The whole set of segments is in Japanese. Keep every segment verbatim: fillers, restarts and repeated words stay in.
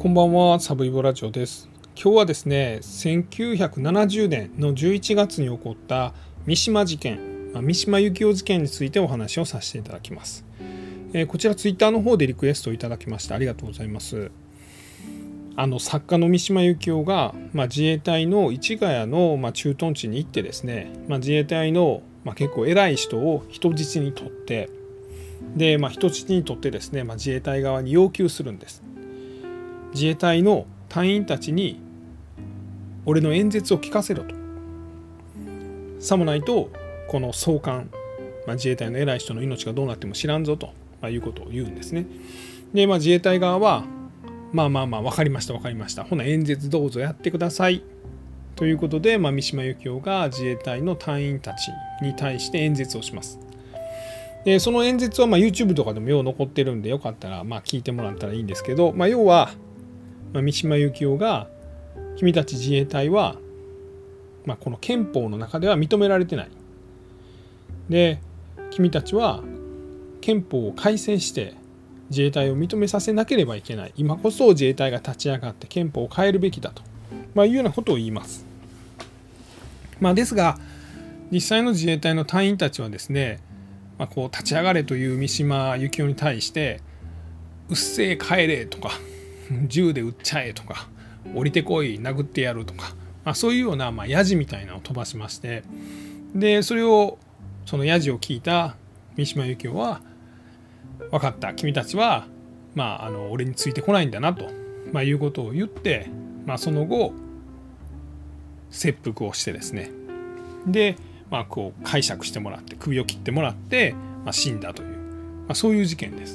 こんばんは、サブイボラジオです。今日はですね、せんきゅうひゃくななじゅうねんのじゅういちがつに起こった三島事件、三島由紀夫事件についてお話をさせていただきます。えー、こちらツイッターの方でリクエストをいただきましてありがとうございます。あの作家の三島由紀夫が、まあ、自衛隊の市ヶ谷の、まあ、駐屯地に行ってですね、まあ、自衛隊の、まあ、結構偉い人を人質に取ってで、まあ、人質に取ってですね、まあ、自衛隊側に要求するんです。自衛隊の隊員たちに俺の演説を聞かせろと。さもないとこの総監、まあ、自衛隊の偉い人の命がどうなっても知らんぞと、まあ、いうことを言うんですね。で、まあ、自衛隊側はまあまあまあ分かりました分かりましたほな演説どうぞやってくださいということで、まあ、三島由紀夫が自衛隊の隊員たちに対して演説をします。でその演説はまあ YouTube とかでもよう残ってるんでよかったらまあ聞いてもらったらいいんですけど、まあ、要は、まあ、三島由紀夫が君たち自衛隊は、まあ、この憲法の中では認められてない。で君たちは憲法を改正して自衛隊を認めさせなければいけない。今こそ自衛隊が立ち上がって憲法を変えるべきだと、まあ、いうようなことを言います。まあ、ですが実際の自衛隊の隊員たちはですね、まあ、こう立ち上がれという三島由紀夫に対してうっせえ帰れとか銃で撃っちゃえとか降りてこい殴ってやるとか、まあ、そういうようなまあヤジみたいなのを飛ばしまして、でそれをそのヤジを聞いた三島由紀夫は分かった君たちは、まあ、あの俺についてこないんだなと、まあ、いうことを言って、まあ、その後切腹をしてですね、で、まあ、こう解釈してもらって首を切ってもらって、まあ、死んだという、まあ、そういう事件です。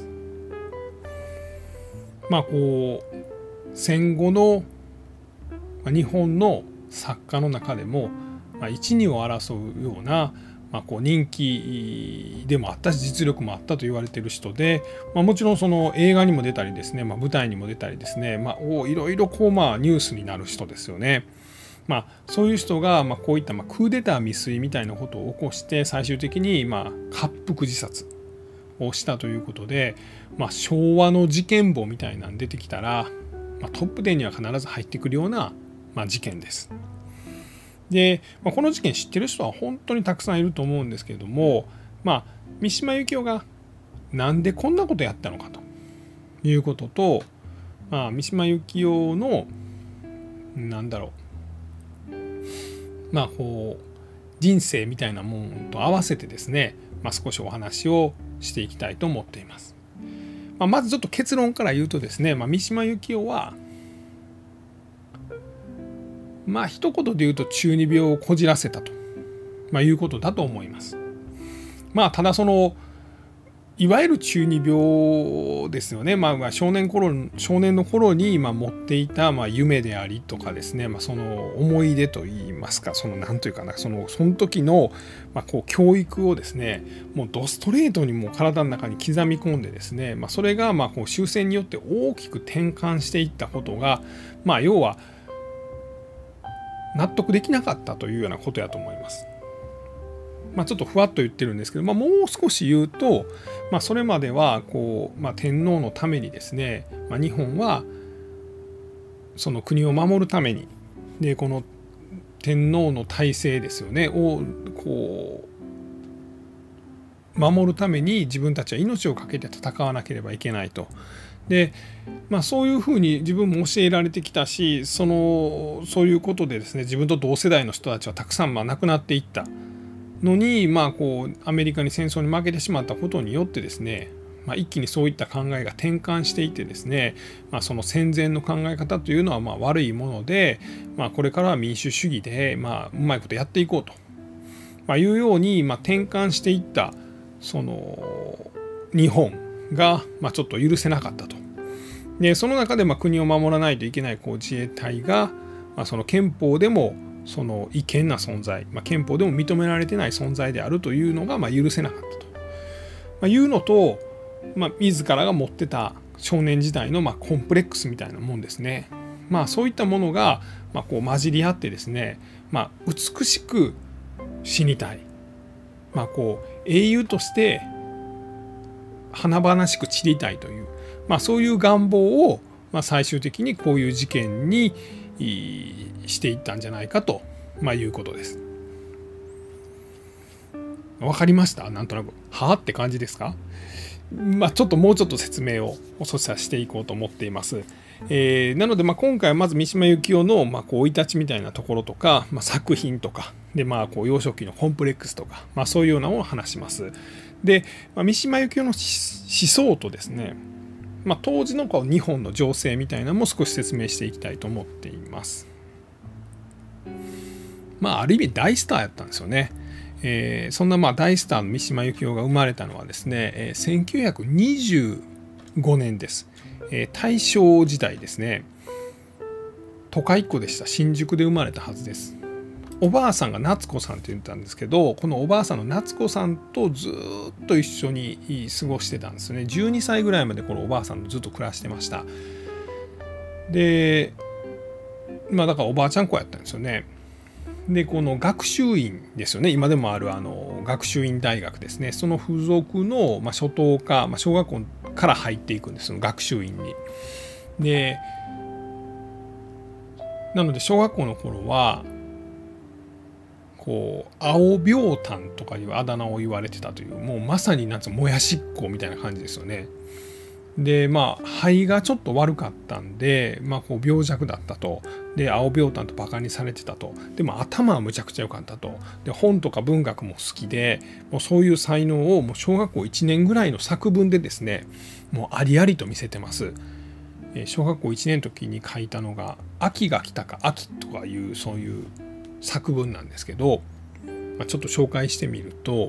まあこう戦後の日本の作家の中でも一二を争うようなまあ、こう人気でもあったし実力もあったと言われている人で、まあ、もちろんその映画にも出たりですね、まあ、舞台にも出たりですね、まあ、おいろいろこうまあニュースになる人ですよね。まあ、そういう人がまあこういったまあクーデター未遂みたいなことを起こして最終的にまあ割腹自殺をしたということで、まあ、昭和の事件簿みたいなの出てきたら、まあ、トップテンには必ず入ってくるようなまあ事件です。で、まあ、この事件知ってる人は本当にたくさんいると思うんですけれども、まあ、三島由紀夫がなんでこんなことやったのかということと、まあ、三島由紀夫のなんだろうまあこう人生みたいなものと合わせてですね、まあ、少しお話をしていきたいと思っています。まあ、まずちょっと結論から言うとですね、まあ、三島由紀夫はまあ一言で言うと中二病をこじらせたと、まあ、いうことだと思います。まあただそのいわゆる中二病ですよね。まあ少年頃少年の頃にまあ持っていたまあ夢でありとかですね、まあ、その思い出といいますか、その何というかな、そのその時のまあこう教育をですね、もうドストレートにもう体の中に刻み込んでですね、まあ、それがまあこう終戦によって大きく転換していったことが、まあ要は納得できなかったというようなことやと思います。まあ、ちょっとふわっと言ってるんですけど、まあ、もう少し言うと、まあ、それまではこう、まあ、天皇のためにですね、まあ、日本はその国を守るためにでこの天皇の体制ですよねをこう守るために自分たちは命を懸けて戦わなければいけないと。でまあ、そういうふうに自分も教えられてきたし、そのそういうことでですね自分と同世代の人たちはたくさんまあ亡くなっていったのに、まあ、こうアメリカに戦争に負けてしまったことによってですね、まあ、一気にそういった考えが転換していってですね、まあ、その戦前の考え方というのはまあ悪いもので、まあ、これからは民主主義でまあうまいことやっていこうと、まあ、いうようにまあ転換していったその日本がまあちょっと許せなかったと。でその中でまあ国を守らないといけないこう自衛隊が、まあ、その憲法でもその違憲な存在、まあ、憲法でも認められてない存在であるというのがまあ許せなかったと、まあ、いうのと、まあ、自らが持ってた少年時代のまあコンプレックスみたいなもんですね。まあそういったものがまあこう混じり合ってですね、まあ、美しく死にたい、まあ、こう英雄として華々しく散りたいという、まあ、そういう願望をまあ、最終的にこういう事件にしていったんじゃないかと、まあ、いうことです。わかりました？なんとなくはあって感じですか？まあ、ちょっともうちょっと説明をそしたらしていこうと思っています。えー、なのでまあ今回はまず三島由紀夫のまあこう生い立ちみたいなところとか、まあ、作品とかでまあこう幼少期のコンプレックスとか、まあ、そういうようなのを話します。で、まあ、三島由紀夫の思想とですね、まあ、当時のこう日本の情勢みたいなのも少し説明していきたいと思っています。まあある意味大スターやったんですよね。えー、そんなまあ大スターの三島由紀夫が生まれたのはですね、えー、せんきゅうひゃくにじゅうごねんです。えー、大正時代ですね。都会っ子でした。新宿で生まれたはずです。おばあさんが夏子さんって言ったんですけど、このおばあさんの夏子さんとずっと一緒に過ごしてたんですよね。じゅうにさいぐらいまでこのおばあさんとずっと暮らしてました。で、まあだからおばあちゃん子やったんですよね。でこの学習院ですよね、今でもあるあの学習院大学ですね、その付属の、まあ、初等科、まあ、小学校から入っていくんです、その学習院に。でなので小学校の頃はこう青秒炭とかいうあだ名を言われてたという、もうまさになんつうもやしっこみたいな感じですよね。でまあ肺がちょっと悪かったんで、まあ、こう病弱だったと。で青病炭とバカにされてたと。でも頭はむちゃくちゃ良かったと。で本とか文学も好きで、もうそういう才能をもう小学校いちねんぐらいの作文でですね、もうありありと見せてます。小学校いちねんの時に書いたのが「秋が来たか秋」とかいうそういう作文なんですけど、まあ、ちょっと紹介してみると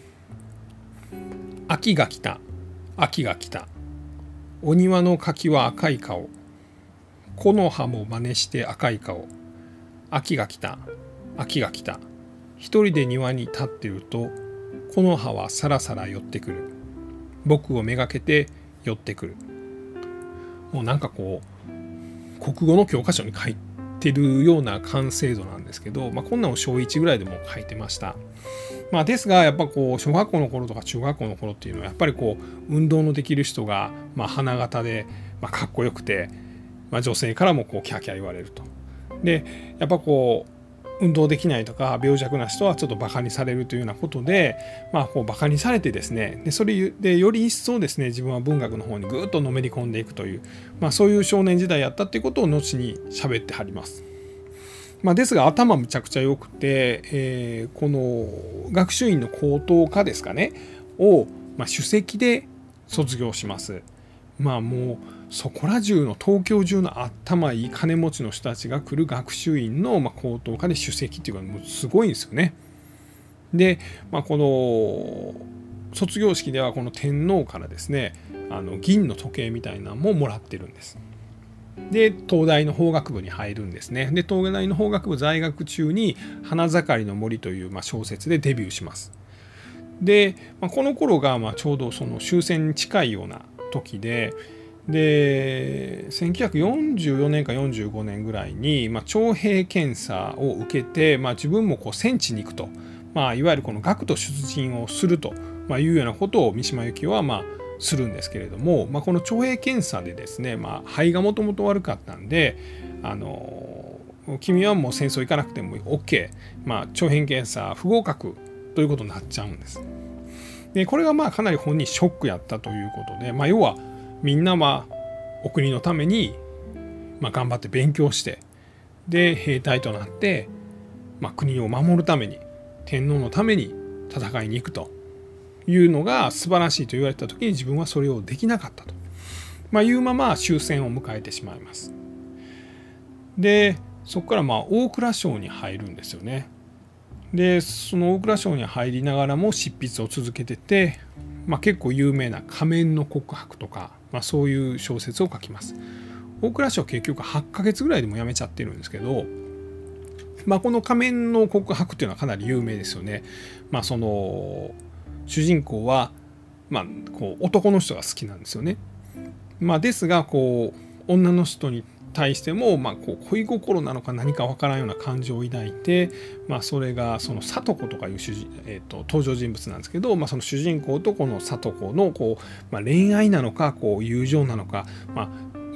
「秋が来た秋が来たお庭の柿は赤い顔木の葉も真似して赤い顔秋が来た秋が来た一人で庭に立ってると木の葉はさらさら寄ってくる僕をめがけて寄ってくる」。もうなんかこう国語の教科書に書いてるような完成度なんですけど、まあ、こんなの小いちぐらいでも書いてました。まあ、ですがやっぱこう小学校の頃とか中学校の頃っていうのはやっぱりこう運動のできる人がまあ花形でまあかっこよくて、まあ、女性からもこうキャーキャー言われると。でやっぱこう運動できないとか病弱な人はちょっとバカにされるというようなことで、まあ、こうバカにされてですね、でそれでより一層ですね自分は文学の方にぐっとのめり込んでいくという、まあ、そういう少年時代やったっていうことを後に喋ってはります。まあ、ですが頭むちゃくちゃ良くて、えー、この学習院の高等科ですかねを、まあ、首席で卒業します。まあもうそこら中の東京中の頭いい金持ちの人たちが来る学習院のまあ高等科で首席っていうかもうすごいんですよね。で、まあ、この卒業式ではこの天皇からですねあの銀の時計みたいなのももらってるんです。で東大の法学部に入るんですね。で東大の法学部在学中に「花盛りの森」というまあ小説でデビューします。で、まあ、この頃がまあちょうどその終戦に近いような時で、でせんきゅうひゃくよんじゅうよねんかよんじゅうごねんぐらいに、まあ、徴兵検査を受けて、まあ、自分もこう戦地に行くと、まあ、いわゆるこの学徒出陣をすると、まあ、いうようなことを三島由紀夫はまあするんですけれども、まあ、この徴兵検査でですね、まあ、肺がもともと悪かったんで、あの君はもう戦争行かなくても OK、まあ、徴兵検査不合格ということになっちゃうんです。でこれがまあかなり本人ショックやったということで、まあ、要はみんなはお国のためにまあ頑張って勉強してで兵隊となって、まあ、国を守るために天皇のために戦いに行くというのが素晴らしいと言われた時に自分はそれをできなかったと、まあ、いうまま終戦を迎えてしまいます。でそこからまあ大蔵省に入るんですよね。でその大蔵省に入りながらも執筆を続けてて、まあ、結構有名な「仮面の告白」とか、まあ、そういう小説を書きます。大蔵省は結局はちかげつぐらいでも辞めちゃってるんですけど、まあ、この「仮面の告白」っていうのはかなり有名ですよね。まあ、その主人公は、まあ、こう男の人が好きなんですよね。まあ、ですがこう女の人に対しても、まあ、こう恋心なのか何かわからんような感情を抱いて、まあ、それがその聡子とかいう主人、えーと、登場人物なんですけど、まあ、その主人公とこの聡子のこう、まあ、恋愛なのかこう友情なのか、まあ、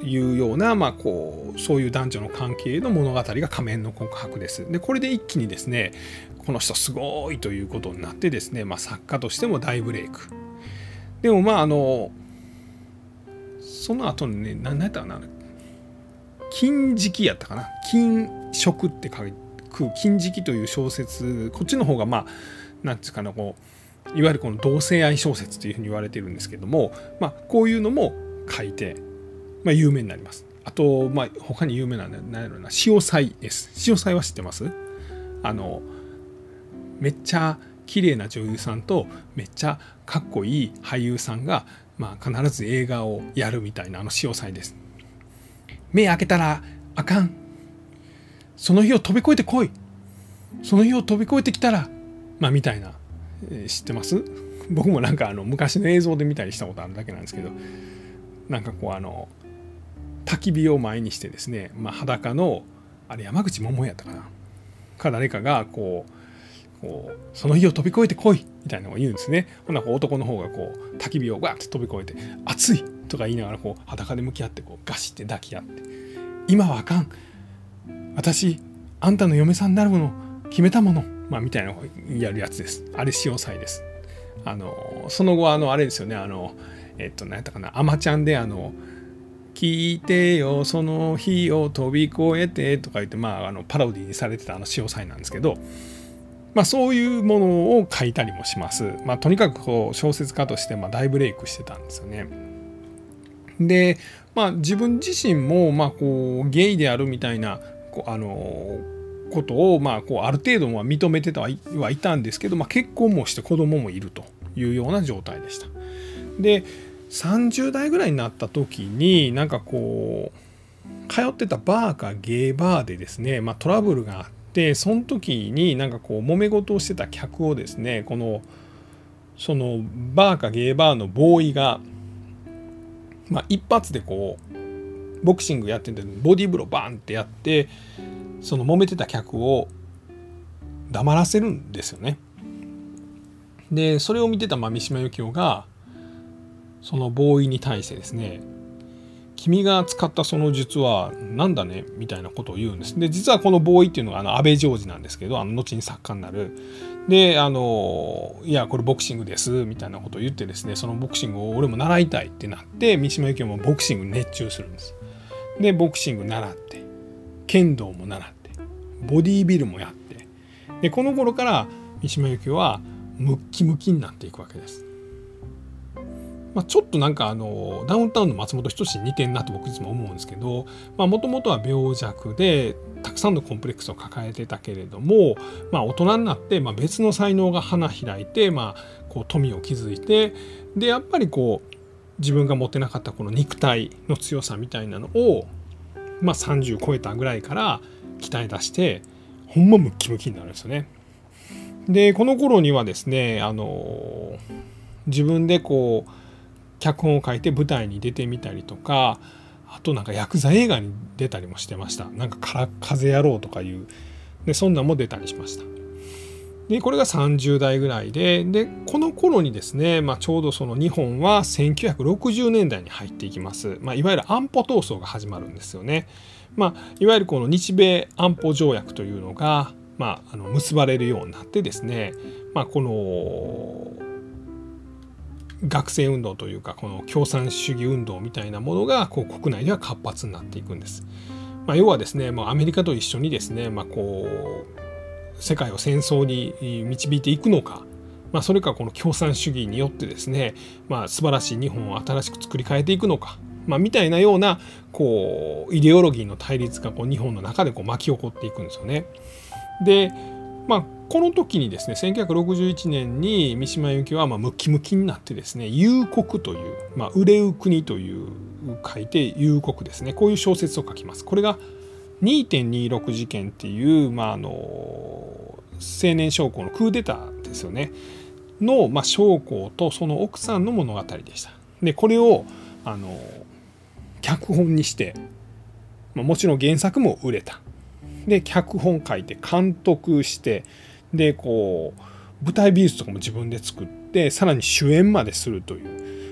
いうような、まあ、こうそういう男女の関係の物語が仮面の告白です。でこれで一気にですねこの人すごいということになってですね、まあ、作家としても大ブレイク。でもまああのその後にね何やったかな金色やったかな金色って書く金色という小説こっちの方がまあなんていうかなこういわゆるこの同性愛小説というふうに言われてるんですけども、まあ、こういうのも書いて、まあ、有名になります。あと、まあ、他に有名なのは何やろうな潮騒です。潮騒は知ってます？あのめっちゃ綺麗な女優さんとめっちゃかっこいい俳優さんが、まあ、必ず映画をやるみたいなあの潮騒です。目開けたらあかん。その日を飛び越えてこい。その日を飛び越えてきたら、まあみたいな、えー、知ってます？僕もなんかあの昔の映像で見たりしたことあるだけなんですけど、なんかこうあの焚き火を前にしてですね、まあ、裸のあれ山口百恵やったかなか誰かがこう、こうその日を飛び越えてこいみたいなのを言うんですね。ほんなら男の方がこう焚き火をわーって飛び越えて熱いとか言いながらこう裸で向き合ってこうガシって抱き合って今はあかん私あんたの嫁さんになるもの決めたもの、まあ、みたいなのをやるやつです。あれ潮騒です。あのその後あのあれですよねあのえっと何やったかなアマちゃんであの聞いてよその日を飛び越えてとか言って、まあ、あのパロディにされてたあの潮騒なんですけど、まあ、そういうものを書いたりもします。まあ、とにかくこう小説家としてまあ大ブレイクしてたんですよね。で、まあ、自分自身もまあこうゲイであるみたいなこうあのことをまあこうある程度は認めてたはいたんですけど、まあ、結婚もして子供もいるというような状態でした。でさんじゅう代ぐらいになった時になんかこう通ってたバーかゲイバーでですね、まあ、トラブルがあってその時になんかこう揉め事をしてた客をですねこのそのバーかゲイバーのボーイが、まあ、一発でこうボクシングやっててボディーブローバーンってやってその揉めてた客を黙らせるんですよね。でそれを見てた三島由紀夫がそのボーイに対してですね君が使ったその術はなんだねみたいなことを言うんです。で実はこのボーイっていうのがあの安倍ジョージなんですけどあの後に作家になるであのいやこれボクシングですみたいなことを言ってですねそのボクシングを俺も習いたいってなって三島由紀夫もボクシングに熱中するんです。でボクシング習って剣道も習ってボディービルもやってでこの頃から三島由紀夫はムッキムキになっていくわけです。まあ、ちょっとなんかあのダウンタウンの松本人志に似てんなと僕いつも思うんですけどもともとは病弱でたくさんのコンプレックスを抱えてたけれども、まあ、大人になってまあ別の才能が花開いて、まあ、こう富を築いてでやっぱりこう自分が持ってなかったこの肉体の強さみたいなのを、まあ、さんじゅう超えたぐらいから鍛え出してほんまムッキムキになるんですよね。でこの頃にはですねあの自分でこう脚本を書いて舞台に出てみたりとかあとなんかヤクザ映画に出たりもしてました。なんかから風野郎とかいうでそんなんも出たりしました。でこれがさんじゅう代ぐらいででこの頃にですね、まあ、ちょうどその日本はせんきゅうひゃくろくじゅうねんだいに入っていきます、まあ、いわゆる安保闘争が始まるんですよね。まあ、いわゆるこの日米安保条約というのが、まあ、あの結ばれるようになってですね、まあ、この学生運動というかこの共産主義運動みたいなものがこう国内では活発になっていくんです。まあ、要はですね、まあ、アメリカと一緒にですね、まあ、こう世界を戦争に導いていくのか、まあ、それかこの共産主義によってですね、まあ、素晴らしい日本を新しく作り変えていくのか、まあ、みたいなようなこうイデオロギーの対立がこう日本の中でこう巻き起こっていくんですよね。でまあこの時にですねせんきゅうひゃくろくじゅういちねんに三島由紀夫はまあムキムキになってですね幽谷という、まあ、憂う国という書いて幽谷ですねこういう小説を書きます。これが にてんにじゅうろく 事件っていう、まあ、あの青年将校のクーデターですよねの、まあ、将校とその奥さんの物語でした。でこれをあの脚本にして、まあ、もちろん原作も売れた。で脚本書いて監督してでこう舞台美術とかも自分で作ってさらに主演までするという、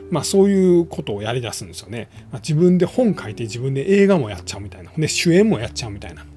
まあそういうことをやりだすんですよね。まあ、自分で本書いて自分で映画もやっちゃうみたいな。で主演もやっちゃうみたいな。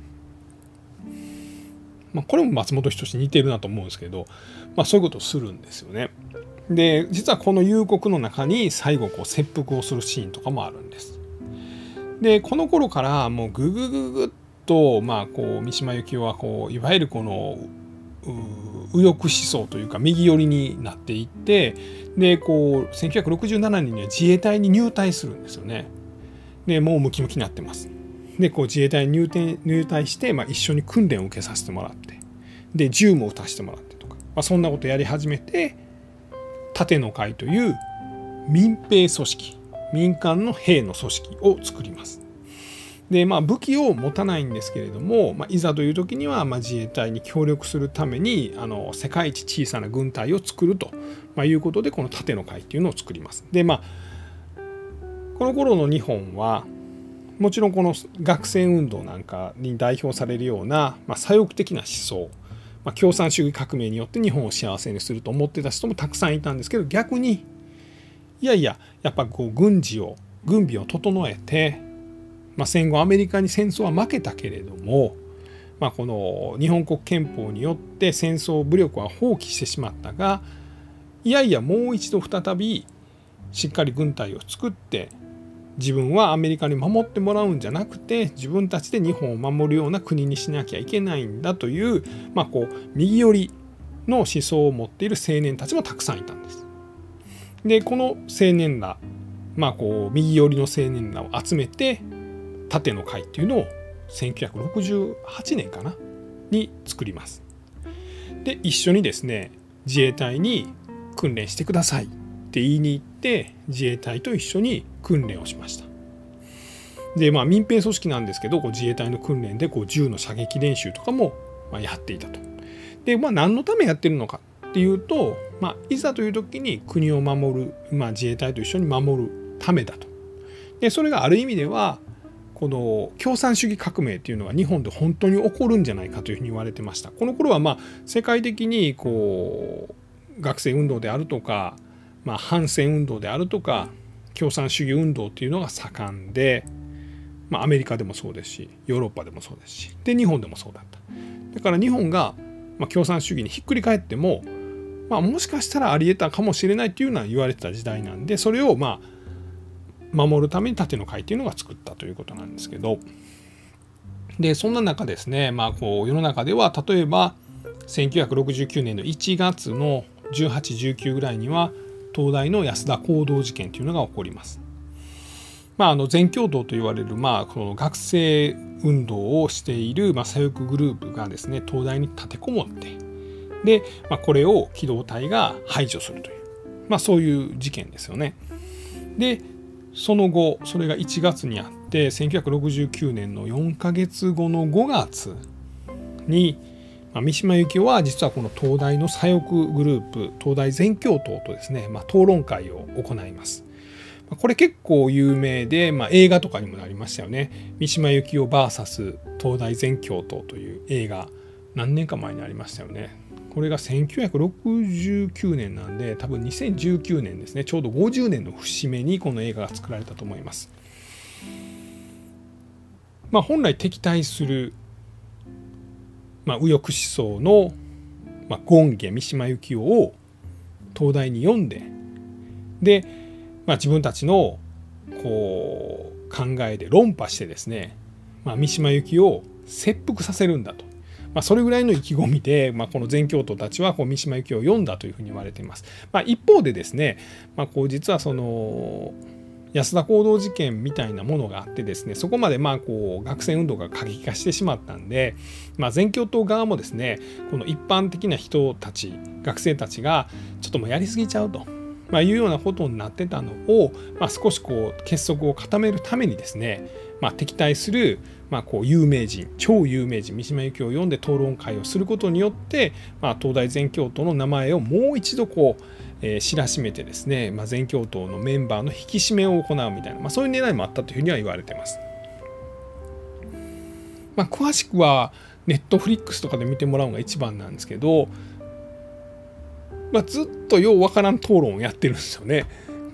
まあこれも松本人志に似てるなと思うんですけど、まあそういうことをするんですよね。で実はこの幽谷の中に最後こう切腹をするシーンとかもあるんです。でこの頃からもうググググッとまあこう三島由紀夫はこういわゆるこの右翼思想というか右寄りになっていって、でこうせんきゅうひゃくろくじゅうななねんには自衛隊に入隊するんですよね。でもうムキムキになってます。でこう自衛隊に入隊入隊して、まあ、一緒に訓練を受けさせてもらって、で銃も撃たせてもらってとか、まあ、そんなことやり始めて、盾の会という民兵組織、民間の兵の組織を作ります。でまあ、武器を持たないんですけれども、まあ、いざという時にはまあ自衛隊に協力するためにあの世界一小さな軍隊を作ると、まあ、いうことでこの盾の会っていうのを作ります。でまあこの頃の日本はもちろんこの学生運動なんかに代表されるような、まあ、左翼的な思想、まあ、共産主義革命によって日本を幸せにすると思ってた人もたくさんいたんですけど、逆にいやいややっぱこう軍事を軍備を整えて、まあ、戦後アメリカに戦争は負けたけれども、まあ、この日本国憲法によって戦争武力は放棄してしまったが、いやいやもう一度再びしっかり軍隊を作って自分はアメリカに守ってもらうんじゃなくて自分たちで日本を守るような国にしなきゃいけないんだという、まあ、こう右寄りの思想を持っている青年たちもたくさんいたんです。でこの青年ら、まあ、こう右寄りの青年らを集めて盾の会っていうのをせんきゅうひゃくろくじゅうはちねんかなに作ります。で一緒にですね自衛隊に訓練してくださいって言いに行って自衛隊と一緒に訓練をしました。でまあ民兵組織なんですけど、こう自衛隊の訓練でこう銃の射撃練習とかもまあやっていたと。でまあ何のためやってるのかっていうと、まあ、いざという時に国を守る、まあ、自衛隊と一緒に守るためだと。でそれがある意味ではこの共産主義革命っていうのが日本で本当に起こるんじゃないかというふうに言われてました。この頃はまあ世界的にこう学生運動であるとか、まあ、反戦運動であるとか共産主義運動っていうのが盛んで、まあ、アメリカでもそうですしヨーロッパでもそうですし、で日本でもそうだった。だから日本がまあ共産主義にひっくり返っても、まあ、もしかしたらありえたかもしれないっていうのは言われてた時代なんで、それをまあ守るために盾の会っていうのが作ったということなんですけど、でそんな中ですね、まあ、こう世の中では例えばせんきゅうひゃくろくじゅうきゅうねんのいちがつのじゅうはち、じゅうきゅうぐらいには東大の安田講堂事件というのが起こります。まあ、あの全共闘と言われる、まあ、この学生運動をしている、まあ、左翼グループがですね東大に立てこもって、で、まあ、これを機動隊が排除するという、まあ、そういう事件ですよね。でその後それがいちがつにあってせんきゅうひゃくろくじゅうきゅうねんのよんかげつごのごがつに、まあ、三島由紀夫は実はこの東大の左翼グループ東大全共闘とですね、まあ、討論会を行います。これ結構有名で、まあ、映画とかにもなりましたよね。三島由紀夫 ブイエス 東大全共闘という映画何年か前にありましたよね。これがせんきゅうひゃくろくじゅうきゅうねんなんで多分にせんじゅうきゅうねんですね。ちょうどごじゅうねんの節目にこの映画が作られたと思います。まあ、本来敵対する、まあ、右翼思想の、まあ、権化三島由紀夫を東大に呼んで、で、まあ、自分たちのこう考えで論破してですね、まあ、三島由紀夫を切腹させるんだと。まあ、それぐらいの意気込みで、まあ、この全共闘たちはこう三島由紀夫を読んだというふうに言われています。まあ、一方でですね、まあ、こう実はその安田講堂事件みたいなものがあってですね、そこまでまあこう学生運動が過激化してしまったんで、まあ、全共闘側もですねこの一般的な人たち学生たちがちょっともうやりすぎちゃうと、まあ、いうようなことになってたのを、まあ、少しこう結束を固めるためにですね、まあ、敵対するまあこう有名人超有名人三島由紀夫を読んで討論会をすることによって、まあ、東大全共闘の名前をもう一度こう、えー、知らしめてですね、まあ、全共闘のメンバーの引き締めを行うみたいな、まあ、そういう狙いもあったというふうには言われています。まあ、詳しくはネットフリックスとかで見てもらうのが一番なんですけど、まあ、ずっとようわからん討論をやってるんですよね。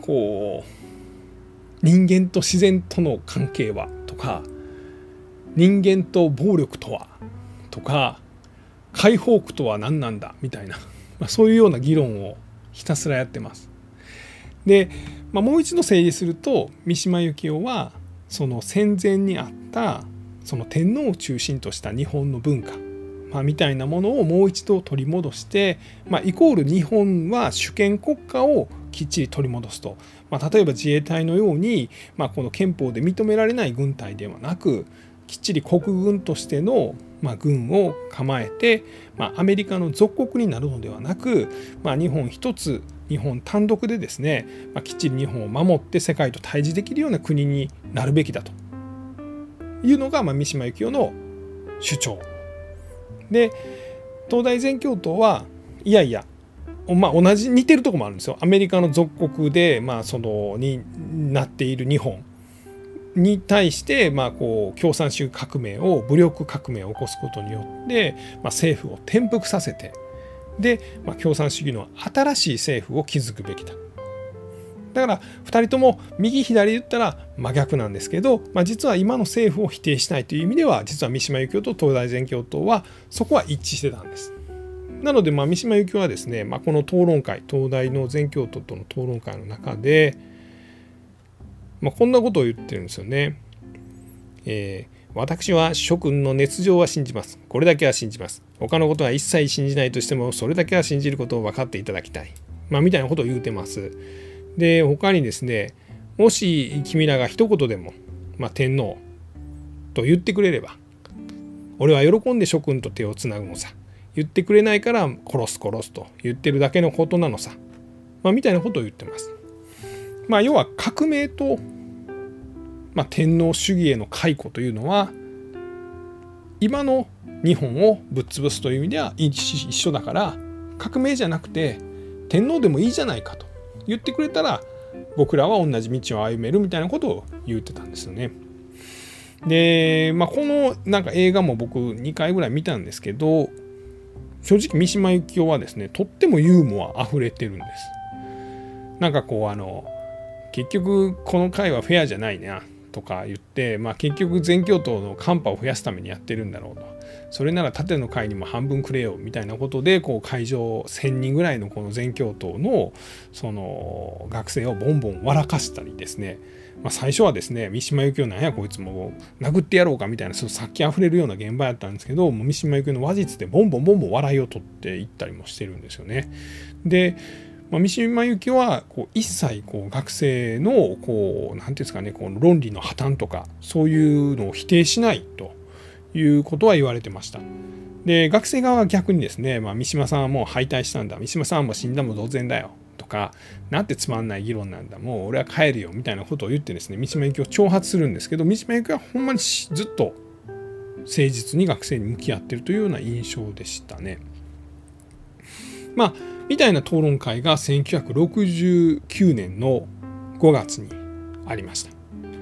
こう人間と自然との関係はとか、人間と暴力とはとか、解放区とは何なんだみたいな、まあ、そういうような議論をひたすらやってます。で、まあ、もう一度整理すると、三島由紀夫はその戦前にあったその天皇を中心とした日本の文化、まあ、みたいなものをもう一度取り戻して、まあ、イコール日本は主権国家をきっちり取り戻すと、まあ、例えば自衛隊のように、まあ、この憲法で認められない軍隊ではなく、きっちり国軍としての、まあ、軍を構えて、まあ、アメリカの属国になるのではなく、まあ、日本一つ、日本単独でですね、まあ、きっちり日本を守って世界と対峙できるような国になるべきだというのが、まあ、三島由紀夫の主張で、東大全教頭はいやいや、まあ、同じ似てるところもあるんですよ。アメリカの属国で、まあ、そのになっている日本に対して、まあ、こう共産主義革命を武力革命を起こすことによって、まあ、政府を転覆させて、で、まあ、共産主義の新しい政府を築くべきだ。だからふたりとも右左言ったら真逆なんですけど、まあ、実は今の政府を否定しないという意味では、実は三島由紀夫と東大全教頭はそこは一致してたんです。なので、まあ、三島由紀夫はですね、まあ、この討論会、東大の全教頭との討論会の中で、まあ、こんなことを言ってるんですよね。えー私は諸君の熱情は信じます。これだけは信じます。他のことは一切信じないとしても、それだけは信じることを分かっていただきたい。まあ、みたいなことを言うてます。で、他にですね、もし君らが一言でも、まあ、天皇と言ってくれれば、俺は喜んで諸君と手をつなぐのさ。言ってくれないから殺す殺すと言ってるだけのことなのさ。まあ、みたいなことを言ってます。まあ、要は革命と、まあ、天皇主義への回顧というのは、今の日本をぶっ潰すという意味では一緒だから、革命じゃなくて天皇でもいいじゃないかと言ってくれたら、僕らは同じ道を歩めるみたいなことを言ってたんですよね。で、まあ、このなんか映画も僕にかいぐらい見たんですけど、正直三島由紀夫はですね、とってもユーモア溢れてるんです。なんかこうあの結局この回はフェアじゃないなとか言って、まあ、結局全教頭のカンパを増やすためにやってるんだろうと。それなら縦の会にも半分くれよみたいなことで、こう会場せんにんぐらいのこの全教頭のその学生をボンボン笑かしたりですね、まあ、最初はですね、三島由紀夫なんやこいつもう殴ってやろうかみたいな、そう殺気あふれるような現場やったんですけど、もう三島由紀夫の話術でボンボンボンボン笑いを取っていったりもしてるんですよね。で、まあ、三島由紀夫はこう一切こう学生のこうなんていうんですかね、この論理の破綻とかそういうのを否定しないということは言われてました。で、学生側は逆にですね、まあ、三島さんはもう敗退したんだ、三島さんはもう死んだも同然だよとか、なんてつまんない議論なんだ、もう俺は帰るよみたいなことを言ってですね、三島由紀夫を挑発するんですけど、三島由紀夫はほんまにずっと誠実に学生に向き合っているというような印象でしたね。まあみたいな討論会がせんきゅうひゃくろくじゅうきゅうねんのごがつにありました。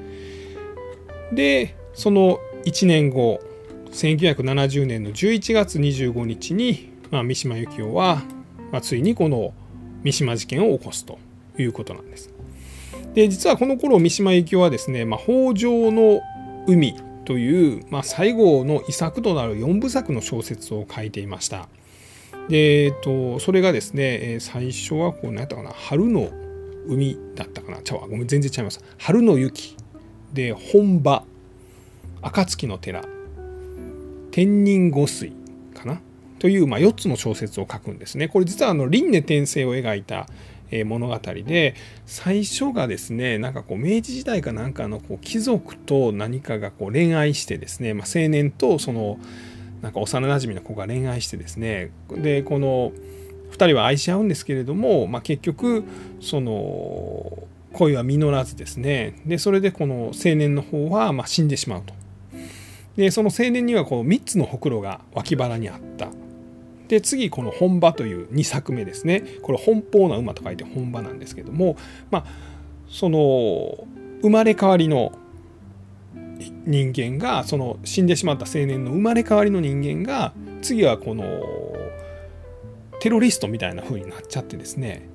で、そのいちねんご、せんきゅうひゃくななじゅうねんのじゅういちがつにじゅうごにちに、まあ、三島由紀夫は、まあ、ついにこの三島事件を起こすということなんです。で、実はこの頃三島由紀夫はですね、まあ、北条の海という、まあ、最後の遺作となるよんぶさくの小説を書いていました。で、えっと、それがですね、最初はこう何やったかな、春の海だったかな、ちゃうわ、ごめん全然違います。春の雪で、本場、暁の寺、天人御水かなという、まあ、よっつの小説を書くんですね。これ実はあの輪廻転生を描いた物語で、最初がですね、なんかこう明治時代かなんかのこう貴族と何かがこう恋愛してですね、まあ、青年とそのなんか幼なじみの子が恋愛してですね、でこのふたりは愛し合うんですけれども、まあ、結局その恋は実らずですね、でそれでこの青年の方はまあ死んでしまうと。でその青年にはこうみっつのほくろが脇腹にあった。で次この本場というにさくめですね、これ奔放な馬と書いて本場なんですけども、まあその生まれ変わりの人間が、その死んでしまった青年の生まれ変わりの人間が次はこのテロリストみたいな風になっちゃってですね、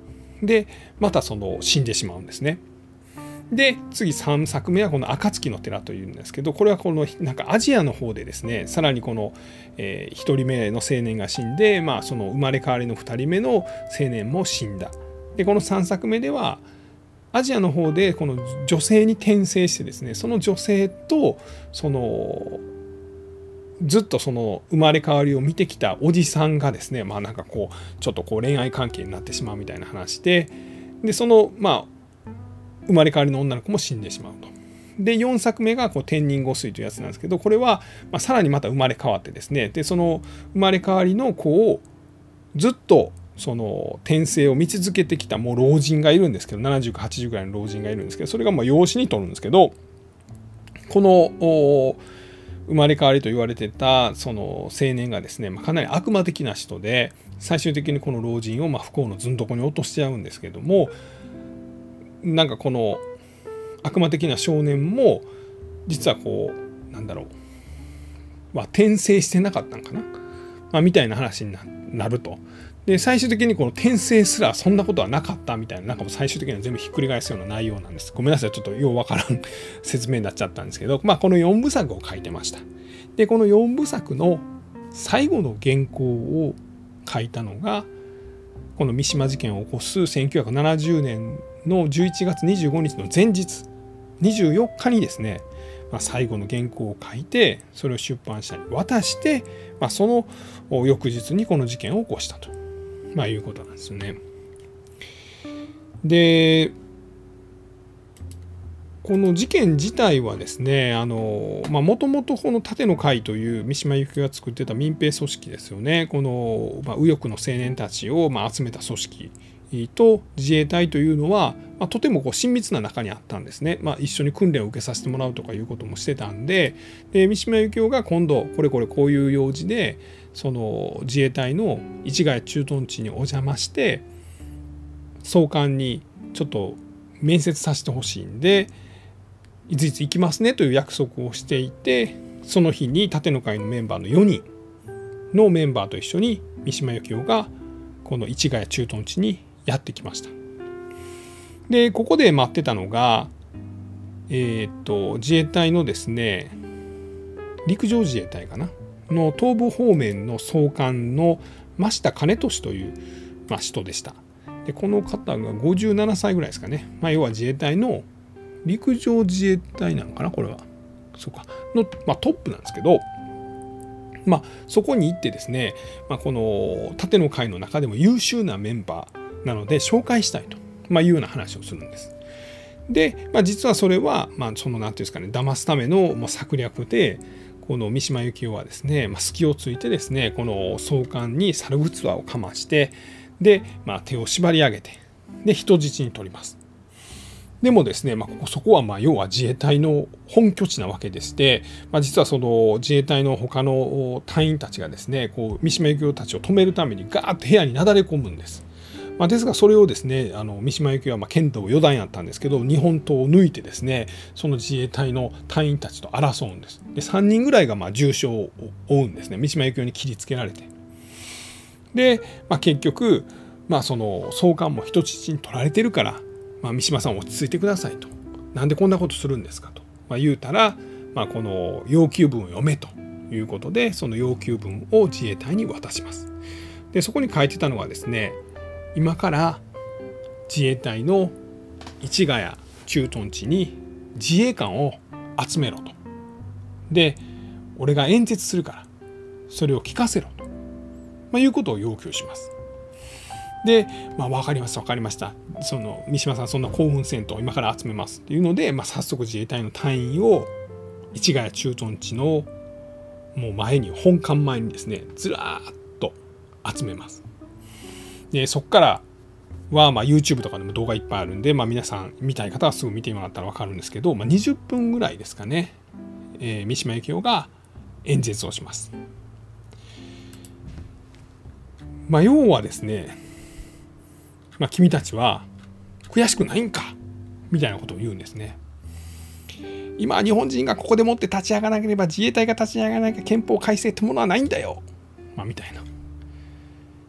でまたその死んでしまうんですね。で次さんさくめはこの暁の寺というんですけど、これはこのなんかアジアの方でですね、さらにこの、えー、ひとりめの青年が死んで、まあ、その生まれ変わりのふたりめの青年も死んだ。でこのさんさくめではアジアの方でこの女性に転生してですね、その女性とそのずっとその生まれ変わりを見てきたおじさんがですね、まあなんかこうちょっとこう恋愛関係になってしまうみたいな話で、でそのまあ生まれ変わりの女の子も死んでしまうと。でよんさくめがこう天人御水というやつなんですけど、これはまあさらにまた生まれ変わってですね、でその生まれ変わりの子をずっとその転生を見続けてきたもう老人がいるんですけど、ななじゅうかはちじゅうぐらいの老人がいるんですけど、それがまあ養子に取るんですけど、この生まれ変わりと言われてたその青年がですね、まあ、かなり悪魔的な人で、最終的にこの老人をまあ不幸のずんどこに落としちゃうんですけども、なんかこの悪魔的な少年も実はこうなんだろう、まあ、転生してなかったのかな、まあ、みたいな話になると。で最終的にこの転生すらそんなことはなかったみたいな、なんかもう最終的には全部ひっくり返すような内容なんです。ごめんなさい、ちょっとようわからん説明になっちゃったんですけど、まあ、このよんぶさくを書いてました。でこのよんぶさくの最後の原稿を書いたのがこの三島事件を起こすせんきゅうひゃくななじゅうねんのじゅういちがつにじゅうごにちの前日にじゅうよっかにですね、まあ、最後の原稿を書いてそれを出版社に渡して、まあ、その翌日にこの事件を起こしたと、まあ、いうことなんですよね。でこの事件自体はですね、もともとこの盾の会という三島由紀夫が作ってた民兵組織ですよね。この、まあ、右翼の青年たちをまあ集めた組織と自衛隊というのは、まあ、とてもこう親密な中にあったんですね。まあ、一緒に訓練を受けさせてもらうとかいうこともしてたんで、で三島由紀夫が今度これこれこういう用事でその自衛隊の市ヶ谷駐屯地にお邪魔して総監にちょっと面接させてほしいんでいついつ行きますねという約束をしていて、その日に盾の会のメンバーのよにんのメンバーと一緒に三島由紀夫がこの市ヶ谷駐屯地にやってきました。でここで待ってたのが、えー、っと自衛隊のですね陸上自衛隊かなの東部方面の総監の増田兼俊という、まあ、人でした。でこの方がごじゅうななさいぐらいですかね、まあ、要は自衛隊の陸上自衛隊なのかなこれはそうかの、まあ、トップなんですけど、まあ、そこに行ってですね、まあ、この盾の会の中でも優秀なメンバーなので紹介したいと、まあ、いうような話をするんです。で、まあ、実はそれは、まあ、その何ていうんですかね騙すためのもう策略で、この三島由紀夫はですね、まあ、隙をついてですねこの総監に猿ぐつわをかまして、で、まあ、手を縛り上げてで人質に取ります。でもですね、まあ、ここそこはまあ要は自衛隊の本拠地なわけでして、まあ、実はその自衛隊の他の隊員たちがですねこう三島由紀夫たちを止めるためにガーッと部屋になだれ込むんです。まあ、ですがそれをですねあの三島由紀夫はまあ剣道四段やったんですけど日本刀を抜いてですねその自衛隊の隊員たちと争うんです。でさんにんぐらいがまあ重傷を負うんですね、三島由紀夫に切りつけられて。で、まあ、結局、まあ、その総監も人質に取られてるからまあ、三島さん落ち着いてくださいと。なんでこんなことするんですかと、まあ、言うたら、まあ、この要求文を読めということでその要求文を自衛隊に渡します。でそこに書いてたのはですね、今から自衛隊の市ヶ谷駐屯地に自衛官を集めろと。で俺が演説するからそれを聞かせろと、まあ、いうことを要求します。で、まあ、分かりました分かりましたその三島さんそんな興奮せんと今から集めますっていうので、まあ、早速自衛隊の隊員を市ヶ谷駐屯地のもう前に本館前にですねずらーっと集めます。でそこからはまあ YouTube とかでも動画いっぱいあるんで、まあ、皆さん見たい方はすぐ見てもらったら分かるんですけど、まあ、にじゅっぷんぐらいですかね、えー、三島由紀夫が演説をします。まあ、要はですねまあ、君たちは悔しくないんかみたいなことを言うんですね。今日本人がここでもって立ち上がらなければ自衛隊が立ち上がらなきゃ憲法改正ってものはないんだよ、まあ、みたいな。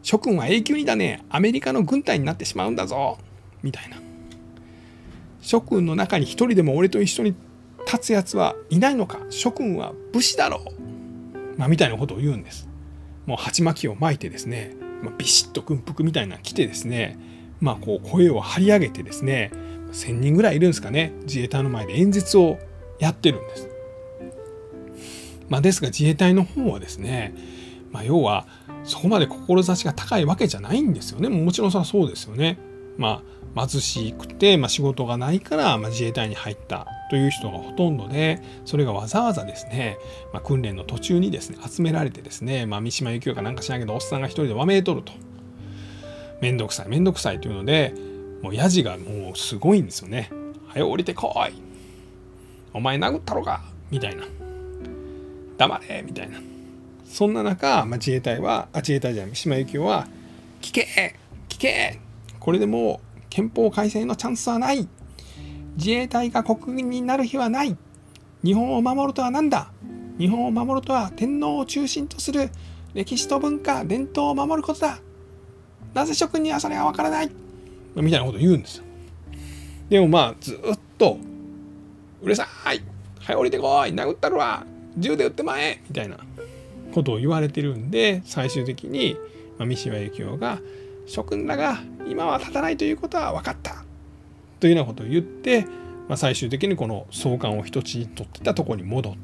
諸君は永久にだねアメリカの軍隊になってしまうんだぞみたいな。諸君の中に一人でも俺と一緒に立つやつはいないのか、諸君は武士だろう、まあ、みたいなことを言うんです。もう鉢巻きを巻いてですね、まあ、ビシッと軍服みたいなの着てですね、まあ、こう声を張り上げてですね、せんにんぐらいいるんですかね、自衛隊の前で演説をやってるんです。まあ、ですが自衛隊の方はですね、まあ、要はそこまで志が高いわけじゃないんですよね。もちろんそれはそうですよね。まあ、貧しくて、まあ、仕事がないから、まあ、自衛隊に入ったという人がほとんどで、それがわざわざですね、まあ、訓練の途中にですね集められてですね、まあ、三島由紀夫かなんかしないけどおっさんが一人でわめいとると、めんどくさいめんどくさいというので、もうヤジがもうすごいんですよね。はよ降りてこい、お前殴ったろかみたいな、黙れみたいな。そんな中、まあ、自衛隊はあ自衛隊じゃない三島由紀夫は聞け聞け、これでもう憲法改正のチャンスはない、自衛隊が国軍になる日はない、日本を守るとは何だ、日本を守るとは天皇を中心とする歴史と文化伝統を守ることだ、なぜ諸君にはそれがわからないみたいなことを言うんですよ。でもまあずっとうるさい、はい降りてこい、殴ったるわ、銃で撃ってまえみたいなことを言われてるんで、最終的に三島由紀夫が諸君らが今は立たないということは分かったというようなことを言って、まあ、最終的にこの総監を人質に取ってたところに戻って、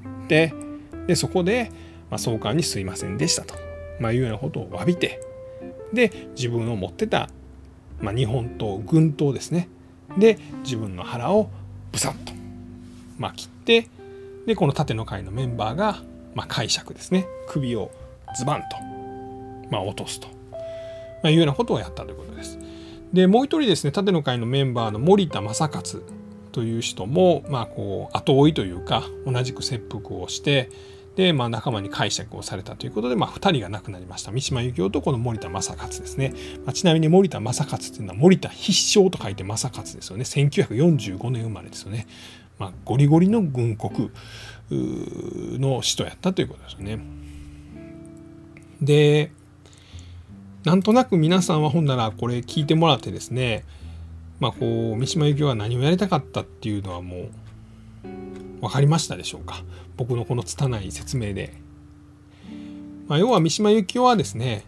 でそこで、まあ、総監にすいませんでしたと、まあ、いうようなことを詫びて、で自分を持ってた、まあ、日本刀軍刀ですね、で自分の腹をブサッと、まあ、切って、でこの盾の会のメンバーが、まあ、解釈ですね、首をズバンと、まあ、落とすと、まあ、いうようなことをやったということです。でもう一人ですね、盾の会のメンバーの森田正勝という人も、まあ、こう後追いというか同じく切腹をして、で、まあ、仲間に解釈をされたということで、まあ、ふたりが亡くなりました。三島由紀夫とこの森田正勝ですね。まあ、ちなみに森田正勝というのは森田必勝と書いて正勝ですよね。せんきゅうひゃくよんじゅうごねん生まれですよね。まあ、ゴリゴリの軍国の使徒やったということですよね。でなんとなく皆さんはほんならこれ聞いてもらってですね、まあこう三島由紀夫は何をやりたかったっていうのはもう分かりましたでしょうか。僕のこの拙い説明で、まあ、要は三島由紀夫はですね、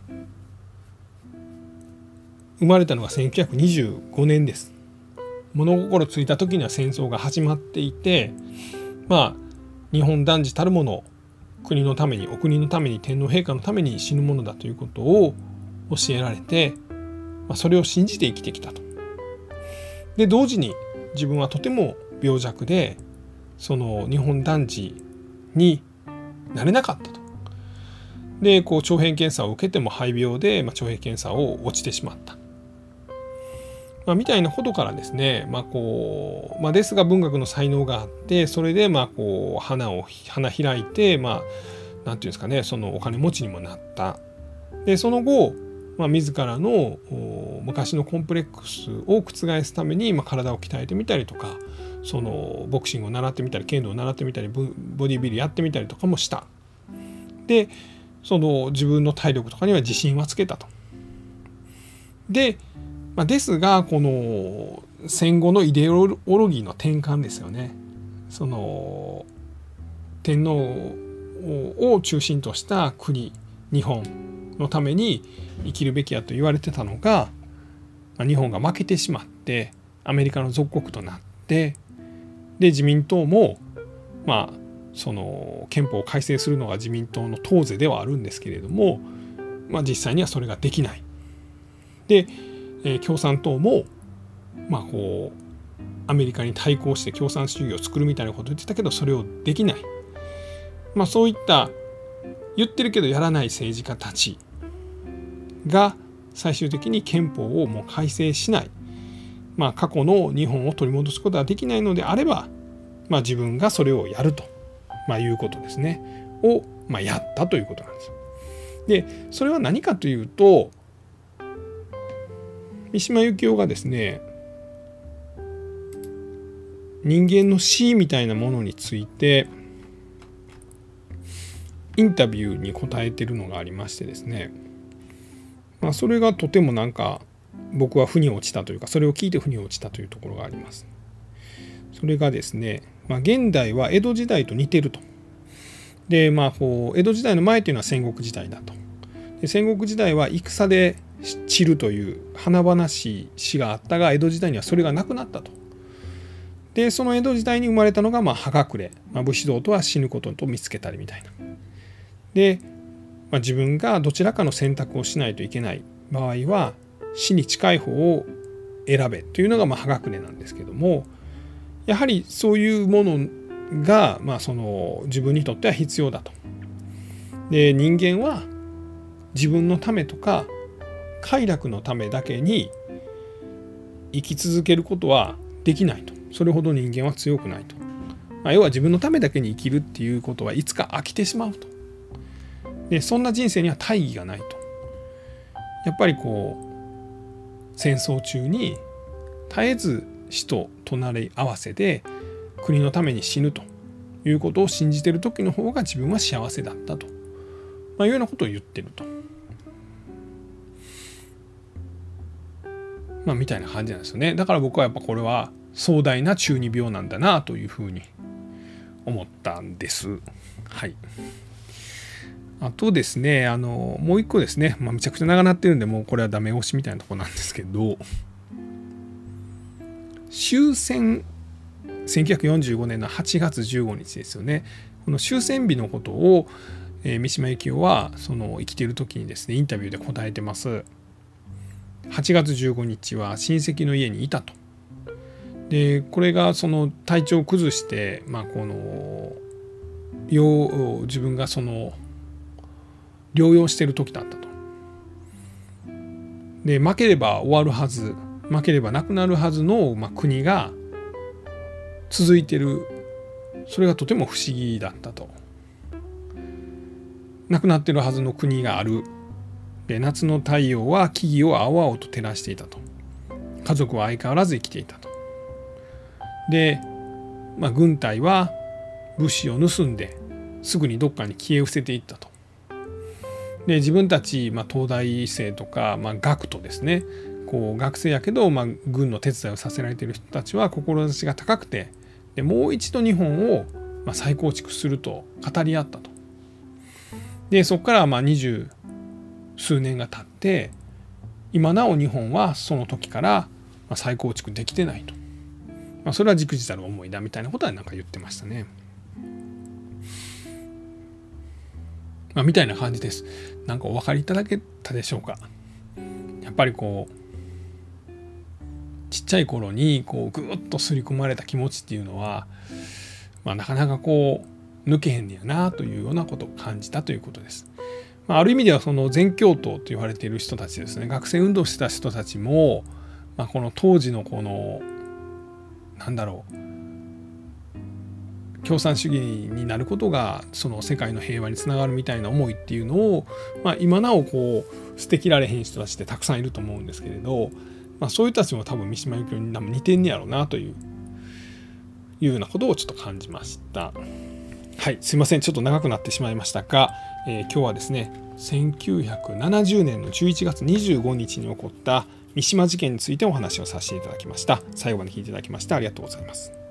生まれたのがせんきゅうひゃくにじゅうごねんです。物心ついた時には戦争が始まっていて、まあ日本男児たるもの、国のためにお国のために天皇陛下のために死ぬものだということを教えられて、まあ、それを信じて生きてきたと。で同時に自分はとても病弱で、その日本男児になれなかったと。でこう徴兵検査を受けても肺病で、まあ、徴兵検査を落ちてしまった、まあ、みたいなことからですね、まあこうまあ、ですが文学の才能があって、それでまあこう花を花開いて、まあなんていうんですかね、そのお金持ちにもなった。でその後まあ、自らの昔のコンプレックスを覆すために、まあ、体を鍛えてみたりとか、そのボクシングを習ってみたり剣道を習ってみたりボディビルやってみたりとかもした。でその自分の体力とかには自信はつけたと。で、まあ、ですがこの戦後のイデオロギーの転換ですよね。その天皇を中心とした国日本のために生きるべきやと言われてたのが、日本が負けてしまってアメリカの属国となって、で自民党もまあその憲法を改正するのが自民党の党是ではあるんですけれども、まあ、実際にはそれができない。で、えー、共産党もまあこうアメリカに対抗して共産主義を作るみたいなことを言ってたけど、それをできない。まあそういった言ってるけどやらない政治家たちが最終的に憲法をもう改正しない、まあ、過去の日本を取り戻すことができないのであれば、まあ、自分がそれをやると、まあ、いうことですねを、まあ、やったということなんです。でそれは何かというと、三島由紀夫がですね、人間の死みたいなものについてインタビューに答えているのがありましてですね、 まあ、それがとてもなんか僕は腑に落ちたというか、それを聞いて腑に落ちたというところがあります。それがですね、まあ、現代は江戸時代と似てると。でまあこう江戸時代の前というのは戦国時代だと。で戦国時代は戦で散るという華々しい死があったが、江戸時代にはそれがなくなったと。でその江戸時代に生まれたのがまあ葉隠れ、まあ、武士道とは死ぬことと見つけたりみたいな。で、まあ、自分がどちらかの選択をしないといけない場合は死に近い方を選べというのがまあ葉隠れなんですけども、やはりそういうものがまあその自分にとっては必要だと。で人間は自分のためとか快楽のためだけに生き続けることはできないと。それほど人間は強くないと。まあ、要は自分のためだけに生きるっていうことはいつか飽きてしまうと。でそんな人生には大義がないと。やっぱりこう戦争中に絶えず死と隣り合わせで国のために死ぬということを信じている時の方が自分は幸せだったと、まあ、いうようなことを言ってると。まあみたいな感じなんですよね。だから僕はやっぱこれは壮大な中二病なんだなというふうに思ったんです。はい。あとですね、あのもう一個ですね、まあ、めちゃくちゃ長なってるんでもうこれはダメ押しみたいなところなんですけど、終戦せんきゅうひゃくよんじゅうごねんのはちがつじゅうごにちですよね。この終戦日のことを、えー、三島由紀夫はその生きている時にですねインタビューで答えてます。はちがつじゅうごにちは親戚の家にいたと。でこれがその体調を崩して、まあ、この自分がその療養している時だったと。で負ければ終わるはず、負ければなくなるはずの、まあ、国が続いている。それがとても不思議だったと。なくなっているはずの国がある。で夏の太陽は木々を青々と照らしていたと。家族は相変わらず生きていたと。で、まあ、軍隊は物資を盗んですぐにどっかに消え失せていったと。で自分たち、まあ、東大生とか、まあ、学徒ですね、こう学生やけど、まあ、軍の手伝いをさせられている人たちは志が高くて、でもう一度日本を、まあ、再構築すると語り合ったと。でそこからまあ二十数年が経って今なお日本はその時から再構築できてないと。まあ、それは忸怩たる思いだみたいなことはなんか言ってましたね。まあ、みたいな感じです。なんかお分かりいただけたでしょうか。やっぱりこうちっちゃい頃にこうぐっと刷り込まれた気持ちっていうのは、まあ、なかなかこう抜けへんねやなというようなことを感じたということです。まあ、ある意味ではその全共闘と言われている人たちですね、学生運動してた人たちも、まあ、この当時のこのなんだろう共産主義になることがその世界の平和につながるみたいな思いっていうのを、まあ、今なおこう捨てきられへん人たちってたくさんいると思うんですけれど、まあ、そういう人たちも多分三島由紀夫に似てんねやろうなといういうようなことをちょっと感じました。はい、すいません、ちょっと長くなってしまいましたが、えー、今日はですねせんきゅうひゃくななじゅうねんのじゅういちがつにじゅうごにちに起こった三島事件についてお話をさせていただきました。最後まで聞いていただきましてありがとうございます。